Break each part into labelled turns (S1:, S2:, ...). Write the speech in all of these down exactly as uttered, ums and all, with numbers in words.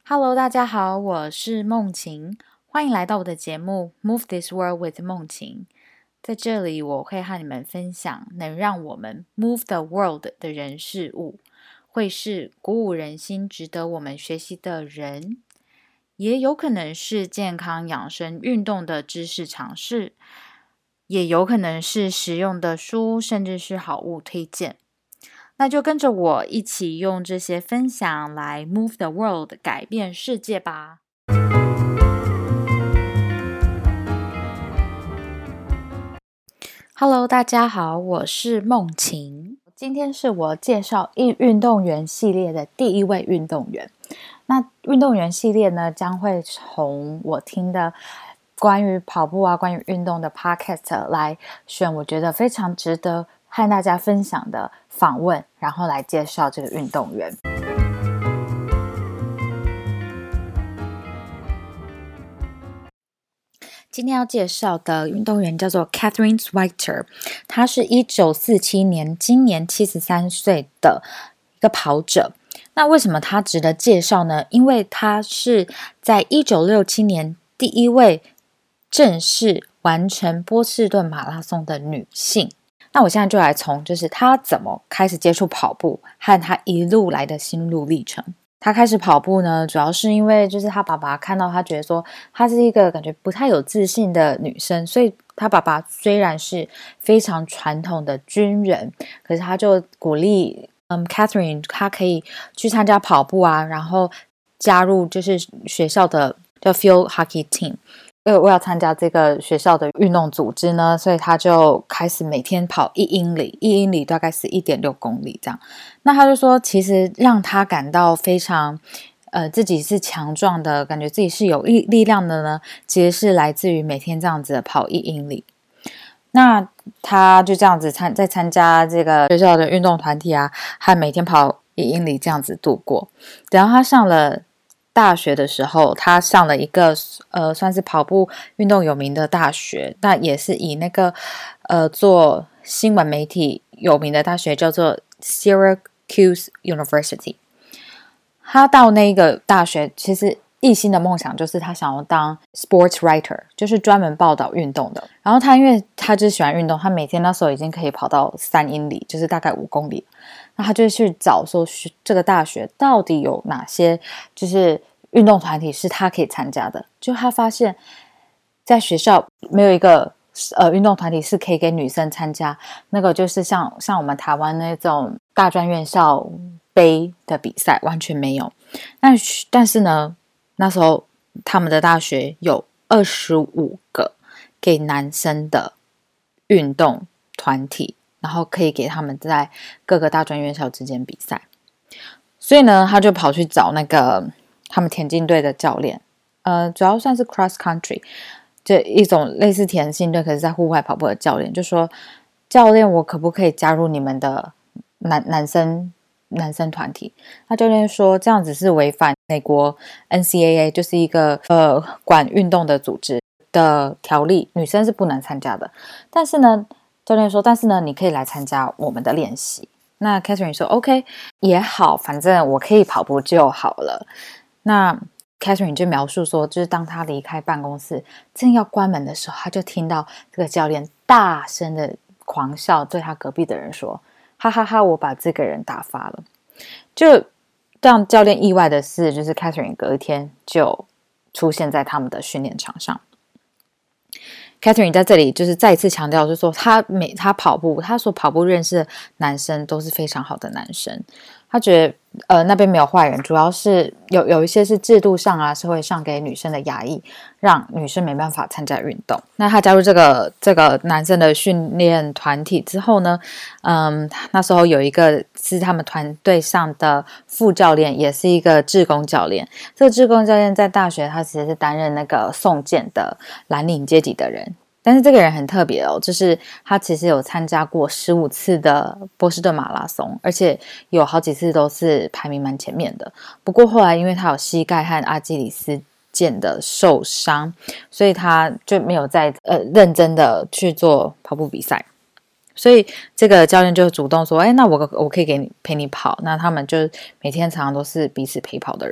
S1: Hello， 大家好，我是梦晴，欢迎来到我的节目 Move This World with 梦晴。在这里，我会和你们分享能让我们 move the world 的人事物，会是鼓舞人心、值得我们学习的人，也有可能是健康养生、运动的知识常识，也有可能是实用的书，甚至是好物推荐。那就跟着我一起用这些分享来 move the world， 改变世界吧。Hello， 大家好，我是梦晴。今天是我介绍运动员系列的第一位运动员。那运动员系列呢，将会从我听的关于跑步啊、关于运动的 podcast 来选，我觉得非常值得和大家分享的访问，然后来介绍这个运动员。今天要介绍的运动员叫做 Catherine Schweitzer， 她是一九四七年，今年七十三岁的一个跑者。那为什么她值得介绍呢？因为她是在一九六七年第一位正式完成波士顿马拉松的女性。那我现在就来从就是她怎么开始接触跑步和她一路来的心路历程。她开始跑步呢，主要是因为就是她爸爸看到她觉得说她是一个感觉不太有自信的女生，所以她爸爸虽然是非常传统的军人，可是他就鼓励嗯 Catherine 她可以去参加跑步啊，然后加入就是学校的叫 Field Hockey Team。为我要参加这个学校的运动组织呢，所以他就开始每天跑一英里，一英里大概是 一点六公里这样。那他就说其实让他感到非常呃自己是强壮的，感觉自己是有力力量的呢，其实是来自于每天这样子的跑一英里。那他就这样子参在参加这个学校的运动团体啊，还每天跑一英里这样子度过。然后他上了大学的时候，他上了一个呃，算是跑步运动有名的大学，那也是以那个呃做新闻媒体有名的大学，叫做 Syracuse University。他到那个大学，其实一心的梦想就是他想要当 sports writer， 就是专门报道运动的。然后他因为他就喜欢运动，他每天那时候已经可以跑到三英里，就是大概五公里。那他就去找说这个大学到底有哪些就是运动团体是他可以参加的。就他发现在学校没有一个呃运动团体是可以给女生参加，那个就是像像我们台湾那种大专院校杯的比赛完全没有。那但是呢，那时候他们的大学有二十五个给男生的运动团体，然后可以给他们在各个大专院校之间比赛。所以呢，他就跑去找那个他们田径队的教练，呃，主要算是 cross country， 这一种类似田径队可是在户外跑步的教练，就说教练，我可不可以加入你们的男男生男生团体？那教练说这样子是违反美国 N C A A， 就是一个呃管运动的组织的条例，女生是不能参加的。但是呢，教练说，但是呢，你可以来参加我们的练习。那 Catherine 说 OK 也好，反正我可以跑步就好了。那 Catherine 就描述说，就是当他离开办公室正要关门的时候，他就听到这个教练大声的狂笑，对他隔壁的人说，哈哈哈，我把这个人打发了。就让教练意外的是，就是 Catherine 隔一天就出现在他们的训练场上。Catherine 在这里就是再一次强调，就是说他每他跑步，他所跑步认识的男生都是非常好的男生。他觉得呃那边没有坏人，主要是有有一些是制度上啊、社会上给女生的压抑，让女生没办法参加运动。那他加入这个这个男生的训练团体之后呢，嗯，那时候有一个是他们团队上的副教练，也是一个志工教练。这个志工教练在大学他其实是担任那个送件的蓝领阶级的人。但是这个人很特别哦，就是他其实有参加过十五次的波士顿马拉松，而且有好几次都是排名蛮前面的。不过后来因为他有膝盖和阿基里斯腱的受伤，所以他就没有再呃认真的去做跑步比赛。所以这个教练就主动说，哎，那我我可以给你陪你跑。那他们就每天常常都是彼此陪跑的人。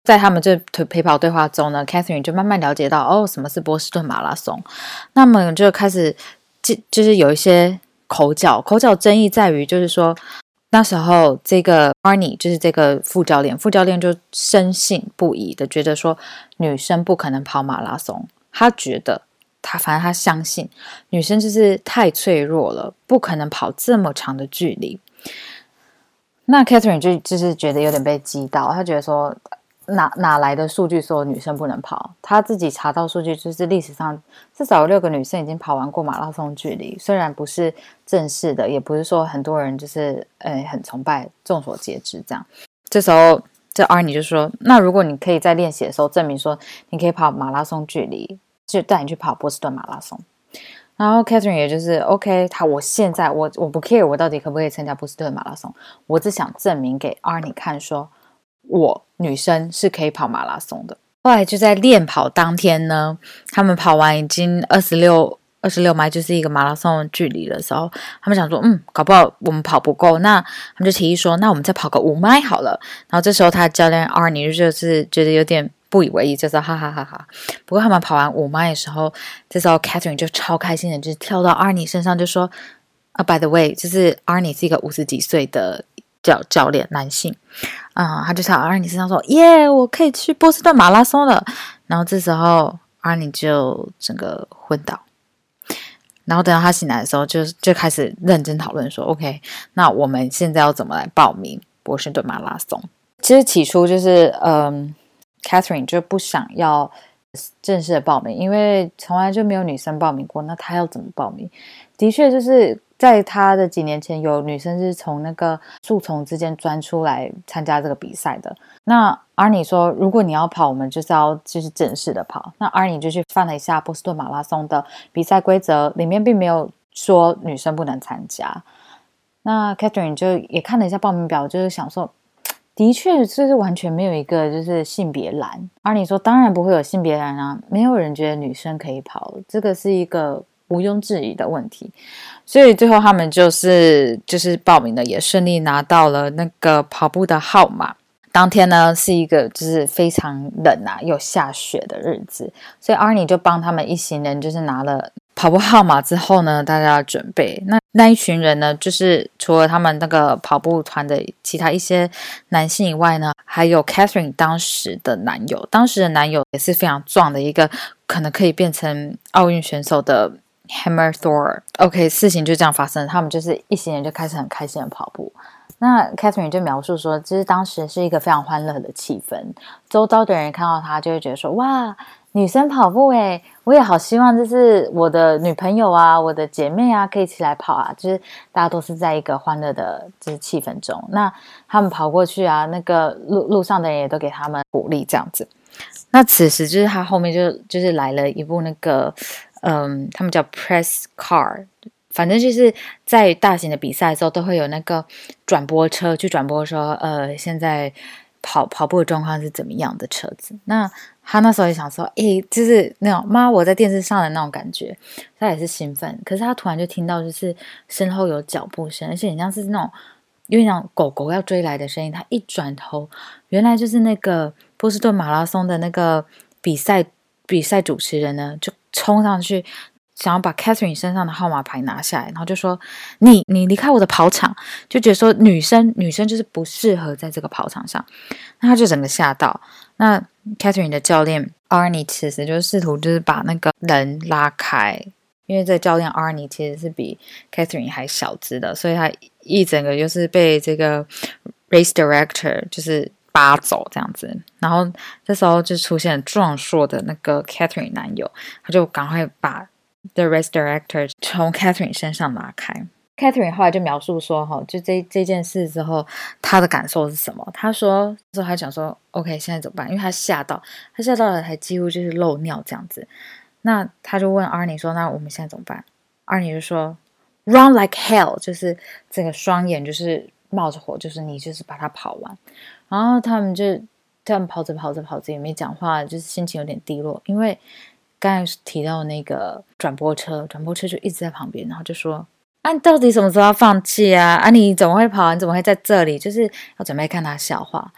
S1: 在他们这陪跑对话中呢 Catherine 就慢慢了解到哦，什么是波士顿马拉松。那么就开始就就是有一些口角口角争议在于就是说那时候这个 Arnie 就是这个副教练副教练就深信不疑的觉得说女生不可能跑马拉松，他觉得他反正他相信女生就是太脆弱了，不可能跑这么长的距离。那 Catherine 就就是觉得有点被击到，他觉得说哪哪来的数据说女生不能跑？他自己查到数据，就是历史上至少有六个女生已经跑完过马拉松距离，虽然不是正式的，也不是说很多人就是呃很崇拜，众所皆知这样。这时候这 Arnie 就说，那如果你可以在练习的时候证明说你可以跑马拉松距离，就带你去跑波士顿马拉松。然后 Catherine 也就是 OK， 他我现在我我不 care 我到底可不可以参加波士顿马拉松，我只想证明给 Arnie 看说我女生是可以跑马拉松的。后来就在练跑当天呢，他们跑完已经二十六二十六迈，就是一个马拉松的距离的时候，他们想说嗯搞不好我们跑不够，那他们就提议说那我们再跑个五迈好了。然后这时候他的教练 Arnie 就是觉得有点不以为意，就是哈哈哈哈。不过他们跑完五迈的时候，这时候 Catherine 就超开心的，就是跳到 Arnie 身上就说啊 by the way， 就是 Arnie 是一个五十几岁的教教练，男性啊、嗯，他就跳到 Arnie 身上说耶，我可以去波士顿马拉松了。然后这时候 Arnie 就整个昏倒。然后等到他醒来的时候就，就开始认真讨论说 OK， 那我们现在要怎么来报名波士顿马拉松。其实起初就是嗯 Catherine 就不想要正式的报名，因为从来就没有女生报名过，那她要怎么报名？的确就是在她的几年前有女生是从那个树丛之间钻出来参加这个比赛的。那 Arnie 说如果你要跑我们就是要就是正式的跑，那 Arnie 就去翻了一下波士顿马拉松的比赛规则，里面并没有说女生不能参加。那 Catherine 就也看了一下报名表，就是想说的确就是完全没有一个就是性别栏。Arnie 说当然不会有性别栏啊，没有人觉得女生可以跑，这个是一个毋庸置疑的问题。所以最后他们就是就是报名了，也顺利拿到了那个跑步的号码。当天呢是一个就是非常冷啊又下雪的日子，所以 Arnie 就帮他们一行人就是拿了跑步号码之后呢，大家要准备。那那一群人呢，就是除了他们那个跑步团的其他一些男性以外呢，还有 Catherine 当时的男友，当时的男友也是非常壮的一个，可能可以变成奥运选手的 Hammer Thor。OK， 事情就这样发生，他们就是一行人就开始很开心的跑步。那 Catherine 就描述说，其实当时是一个非常欢乐的气氛，周遭的人看到他就会觉得说，哇，女生跑步耶，我也好希望就是我的女朋友啊，我的姐妹啊可以一起来跑啊，就是大家都是在一个欢乐的就是气氛中。那他们跑过去啊，那个路路上的人也都给他们鼓励这样子。那此时就是他后面就就是来了一部那个嗯，他们叫 press car，反正就是在大型的比赛的时候都会有那个转播车去转播说呃现在跑跑步的状况是怎么样的车子。那他那时候也想说诶，就是那种妈我在电视上的那种感觉，他也是兴奋。可是他突然就听到就是身后有脚步声，而且很像是那种有点像狗狗要追来的声音。他一转头，原来就是那个波士顿马拉松的那个比赛比赛主持人呢，就冲上去想要把 Catherine 身上的号码牌拿下来，然后就说你你离开我的跑场，就觉得说女生女生就是不适合在这个跑场上。那他就整个吓到。那 Catherine 的教练 Arnie 其实就试图就是把那个人拉开，因为这个教练 Arnie 其实是比 Catherine 还小只的，所以他一整个就是被这个 race director 就是扒走这样子。然后这时候就出现壮硕的那个 Catherine 男友，他就赶快把 the race director 从 Catherine 身上拿开。Catherine 后来就描述说就 这, 这件事之后他的感受是什么。他说之后他讲说 OK 现在怎么办，因为他吓到他吓到了还几乎就是漏尿这样子。那他就问 Arnie 说那我们现在怎么办。 Arnie 就说 run like hell， 就是这个双眼就是冒着火，就是你就是把它跑完。然后他们就他们跑着跑着跑着也没讲话，就是心情有点低落，因为刚才提到那个转播车转播车就一直在旁边，然后就说啊，你到底什么时候要放弃啊？啊，你怎么会跑？你怎么会在这里？就是要准备看他笑话。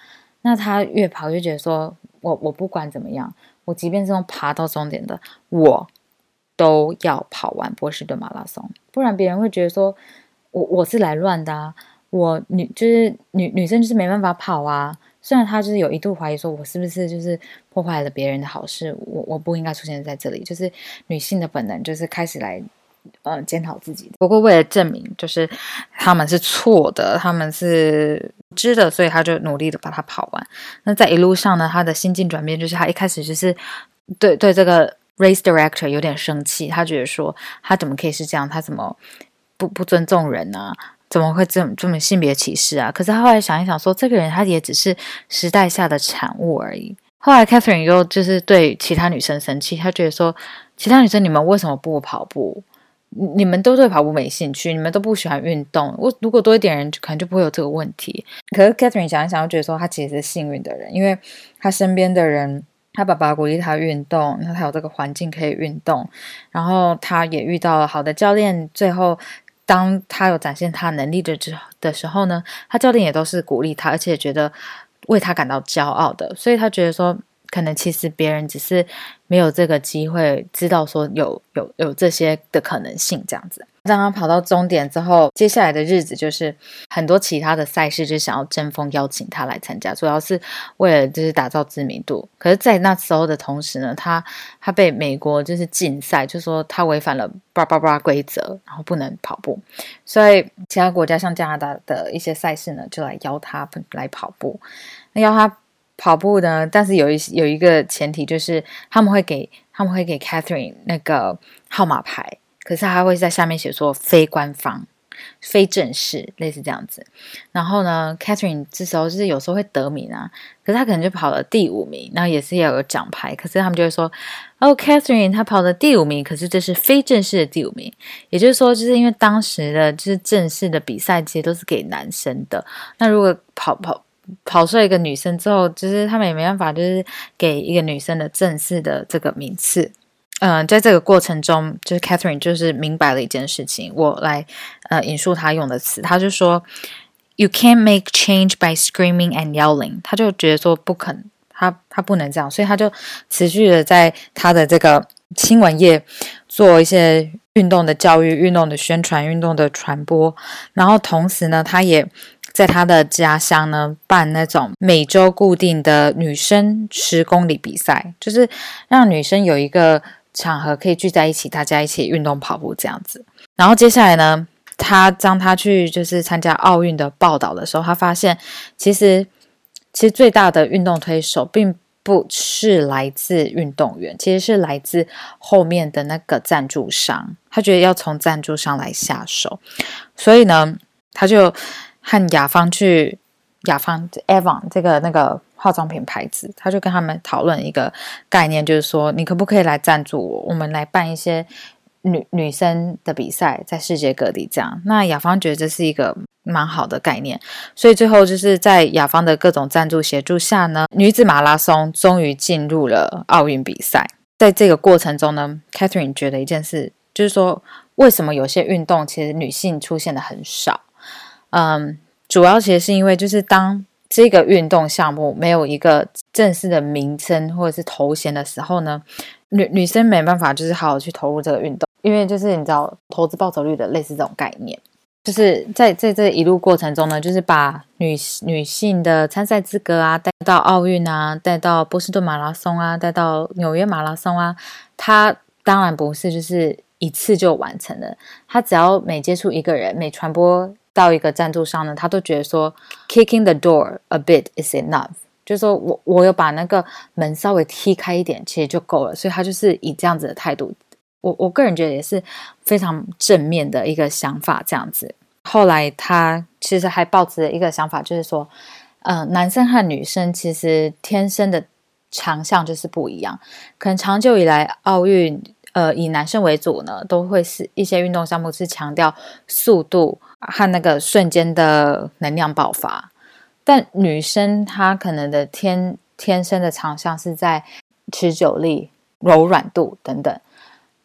S1: 那他越跑越觉得说，我我不管怎么样，我即便是用爬到终点的，我都要跑完波士顿马拉松，不然别人会觉得说我我是来乱的啊，我女就是女女生就是没办法跑啊。虽然他就是有一度怀疑说，我是不是就是破坏了别人的好事，我我不应该出现在这里，就是女性的本能就是开始来呃检讨自己。不过为了证明就是他们是错的，他们是知的，所以他就努力的把它跑完。那在一路上呢，他的心境转变就是他一开始就是对对这个 race director 有点生气，他觉得说他怎么可以是这样，他怎么不不尊重人啊，怎么会这么这么性别歧视啊？可是他后来想一想说，这个人他也只是时代下的产物而已。后来 Catherine 又就是对其他女生生气，她觉得说，其他女生你们为什么不跑步？你们都对跑步没兴趣，你们都不喜欢运动。我如果多一点人，可能就不会有这个问题。可是 Catherine 想一想，又觉得说，她其实是幸运的人，因为她身边的人。他爸爸鼓励他运动，那他有这个环境可以运动，然后他也遇到了好的教练。最后，当他有展现他能力的之的时候呢，他教练也都是鼓励他，而且觉得为他感到骄傲的。所以他觉得说，可能其实别人只是没有这个机会知道说有有有这些的可能性这样子。当他跑到终点之后，接下来的日子就是很多其他的赛事就想要争锋邀请他来参加，主要是为了就是打造知名度。可是在那时候的同时呢，他他被美国就是禁赛，就说他违反了叭叭叭规则，然后不能跑步。所以其他国家像加拿大的一些赛事呢，就来邀他来跑步。那邀他跑步呢，但是有一有一个前提，就是他们会给他们会给 Catherine 那个号码牌。可是他会在下面写说非官方、非正式，类似这样子。然后呢 ，Catherine 这时候就是有时候会得名啊，可是他可能就跑了第五名，然后也是要有奖牌。可是他们就会说，哦 ，Catherine 他跑了第五名，可是这是非正式的第五名。也就是说，就是因为当时的就是正式的比赛其实都是给男生的，那如果跑跑跑出来一个女生之后，就是他们也没办法，就是给一个女生的正式的这个名次。嗯，在这个过程中，就是 Catherine 就是明白了一件事情，我来呃引述他用的词，他就说 "You can't make change by screaming and yelling"， 他就觉得说不肯，他他不能这样，所以他就持续的在他的这个新闻业做一些运动的教育、运动的宣传、运动的传播，然后同时呢，他也在他的家乡呢办那种每周固定的女生十公里比赛，就是让女生有一个场合可以聚在一起，大家一起运动跑步这样子。然后接下来呢，他当他去就是参加奥运的报道的时候，他发现其实其实最大的运动推手并不是来自运动员，其实是来自后面的那个赞助商。他觉得要从赞助商来下手，所以呢，他就和雅芳去雅芳 Avon 这个那个化妆品牌子，他就跟他们讨论一个概念，就是说你可不可以来赞助我，我们来办一些女女生的比赛，在世界各地这样。那雅芳觉得这是一个蛮好的概念，所以最后就是在雅芳的各种赞助协助下呢，女子马拉松终于进入了奥运比赛。在这个过程中呢 Catherine 觉得一件事，就是说为什么有些运动其实女性出现的很少。嗯，主要其实是因为就是当这个运动项目没有一个正式的名称或者是头衔的时候呢，女女生没办法就是好好去投入这个运动，因为就是你知道投资报酬率的类似这种概念，就是在在这一路过程中呢，就是把女女性的参赛资格啊带到奥运啊，带到波士顿马拉松啊，带到纽约马拉松啊，它当然不是就是一次就完成了，它只要每接触一个人，每传播到一个赞助商呢，他都觉得说 kicking the door a bit is enough， 就是说我我有把那个门稍微踢开一点其实就够了，所以他就是以这样子的态度，我我个人觉得也是非常正面的一个想法这样子。后来他其实还抱持了一个想法，就是说呃，男生和女生其实天生的长项就是不一样，可能长久以来奥运呃，以男生为主呢，都会是一些运动项目是强调速度和那个瞬间的能量爆发，但女生她可能的天天生的长项是在持久力、柔软度等等。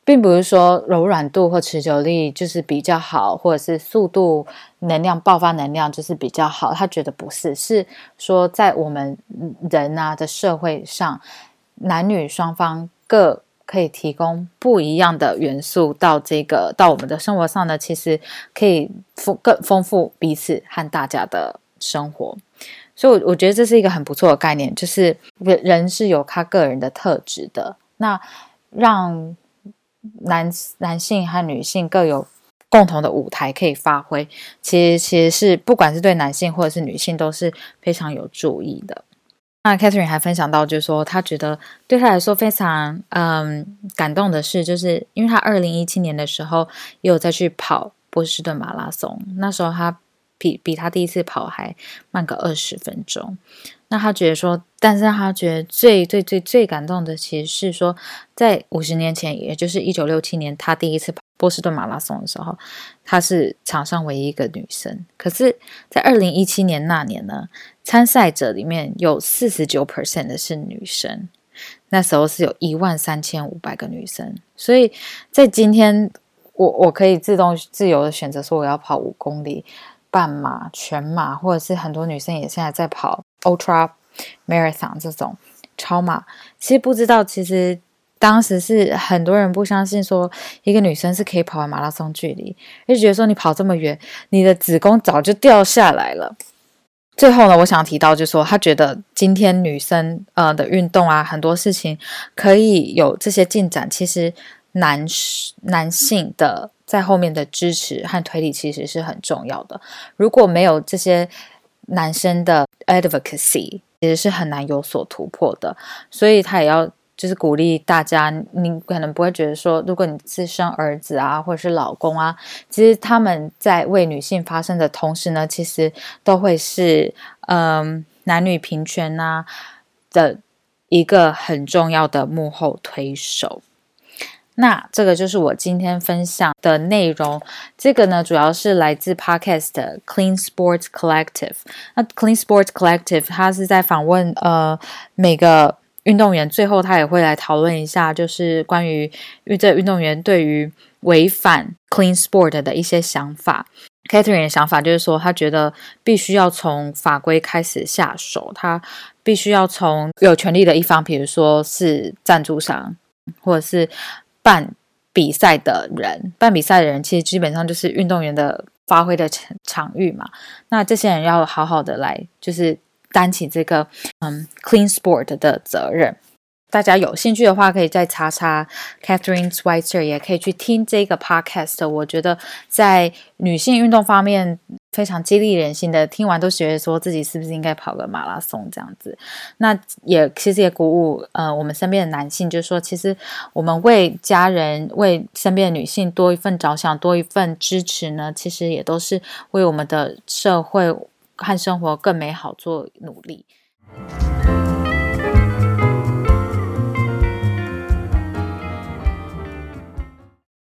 S1: 并不是说柔软度或持久力就是比较好，或者是速度能量爆发能量就是比较好，他觉得不是，是说在我们人啊的社会上，男女双方各可以提供不一样的元素到这个到我们的生活上呢，其实可以更丰富彼此和大家的生活。所以我觉得这是一个很不错的概念，就是人是有他个人的特质的，那让男男性和女性各有共同的舞台可以发挥，其实其实是不管是对男性或者是女性都是非常有助益的。那 Catherine 还分享到，就是说她觉得对她来说非常嗯感动的是，就是因为她二零一七年的时候也有再去跑波士顿马拉松，那时候她比比她第一次跑还慢个二十分钟。那她觉得说，但是她觉得最最最最感动的其实是说，在五十年前，也就是一九六七年，她第一次跑波士顿马拉松的时候，她是场上唯一一个女生。可是在二零一七年那年呢，参赛者里面有 百分之四十九 的是女生，那时候是有一万三千五百个女生。所以在今天我我可以自动自由的选择说我要跑五公里、半马、全马，或者是很多女生也现在在跑 Ultra Marathon 这种超马。其实不知道，其实当时是很多人不相信说一个女生是可以跑完马拉松距离，就觉得说你跑这么远，你的子宫早就掉下来了。最后呢，我想提到就是说，他觉得今天女生呃的运动啊，很多事情可以有这些进展，其实男男性的在后面的支持和推力其实是很重要的。如果没有这些男生的 advocacy， 其实是很难有所突破的。所以他也要就是鼓励大家，你可能不会觉得说，如果你是生儿子啊，或者是老公啊，其实他们在为女性发声的同时呢，其实都会是嗯男女平权啊的一个很重要的幕后推手。那这个就是我今天分享的内容，这个呢主要是来自 Podcast 的 Clean Sports Collective。 那 Clean Sports Collective 它是在访问呃每个运动员，最后他也会来讨论一下就是关于这运动员对于违反 Clean Sport 的一些想法。 Catherine 的想法就是说，他觉得必须要从法规开始下手，他必须要从有权利的一方，比如说是赞助商或者是办比赛的人，办比赛的人其实基本上就是运动员的发挥的场域嘛，那这些人要好好的来就是担起这个嗯 clean sport 的责任。大家有兴趣的话可以再查查 Catherine Switzer， 也可以去听这个 podcast。 我觉得在女性运动方面非常激励人心的，听完都觉得说自己是不是应该跑个马拉松这样子。那也其实也鼓舞呃我们身边的男性，就是说其实我们为家人为身边的女性多一份着想，多一份支持呢，其实也都是为我们的社会和生活更美好做努力。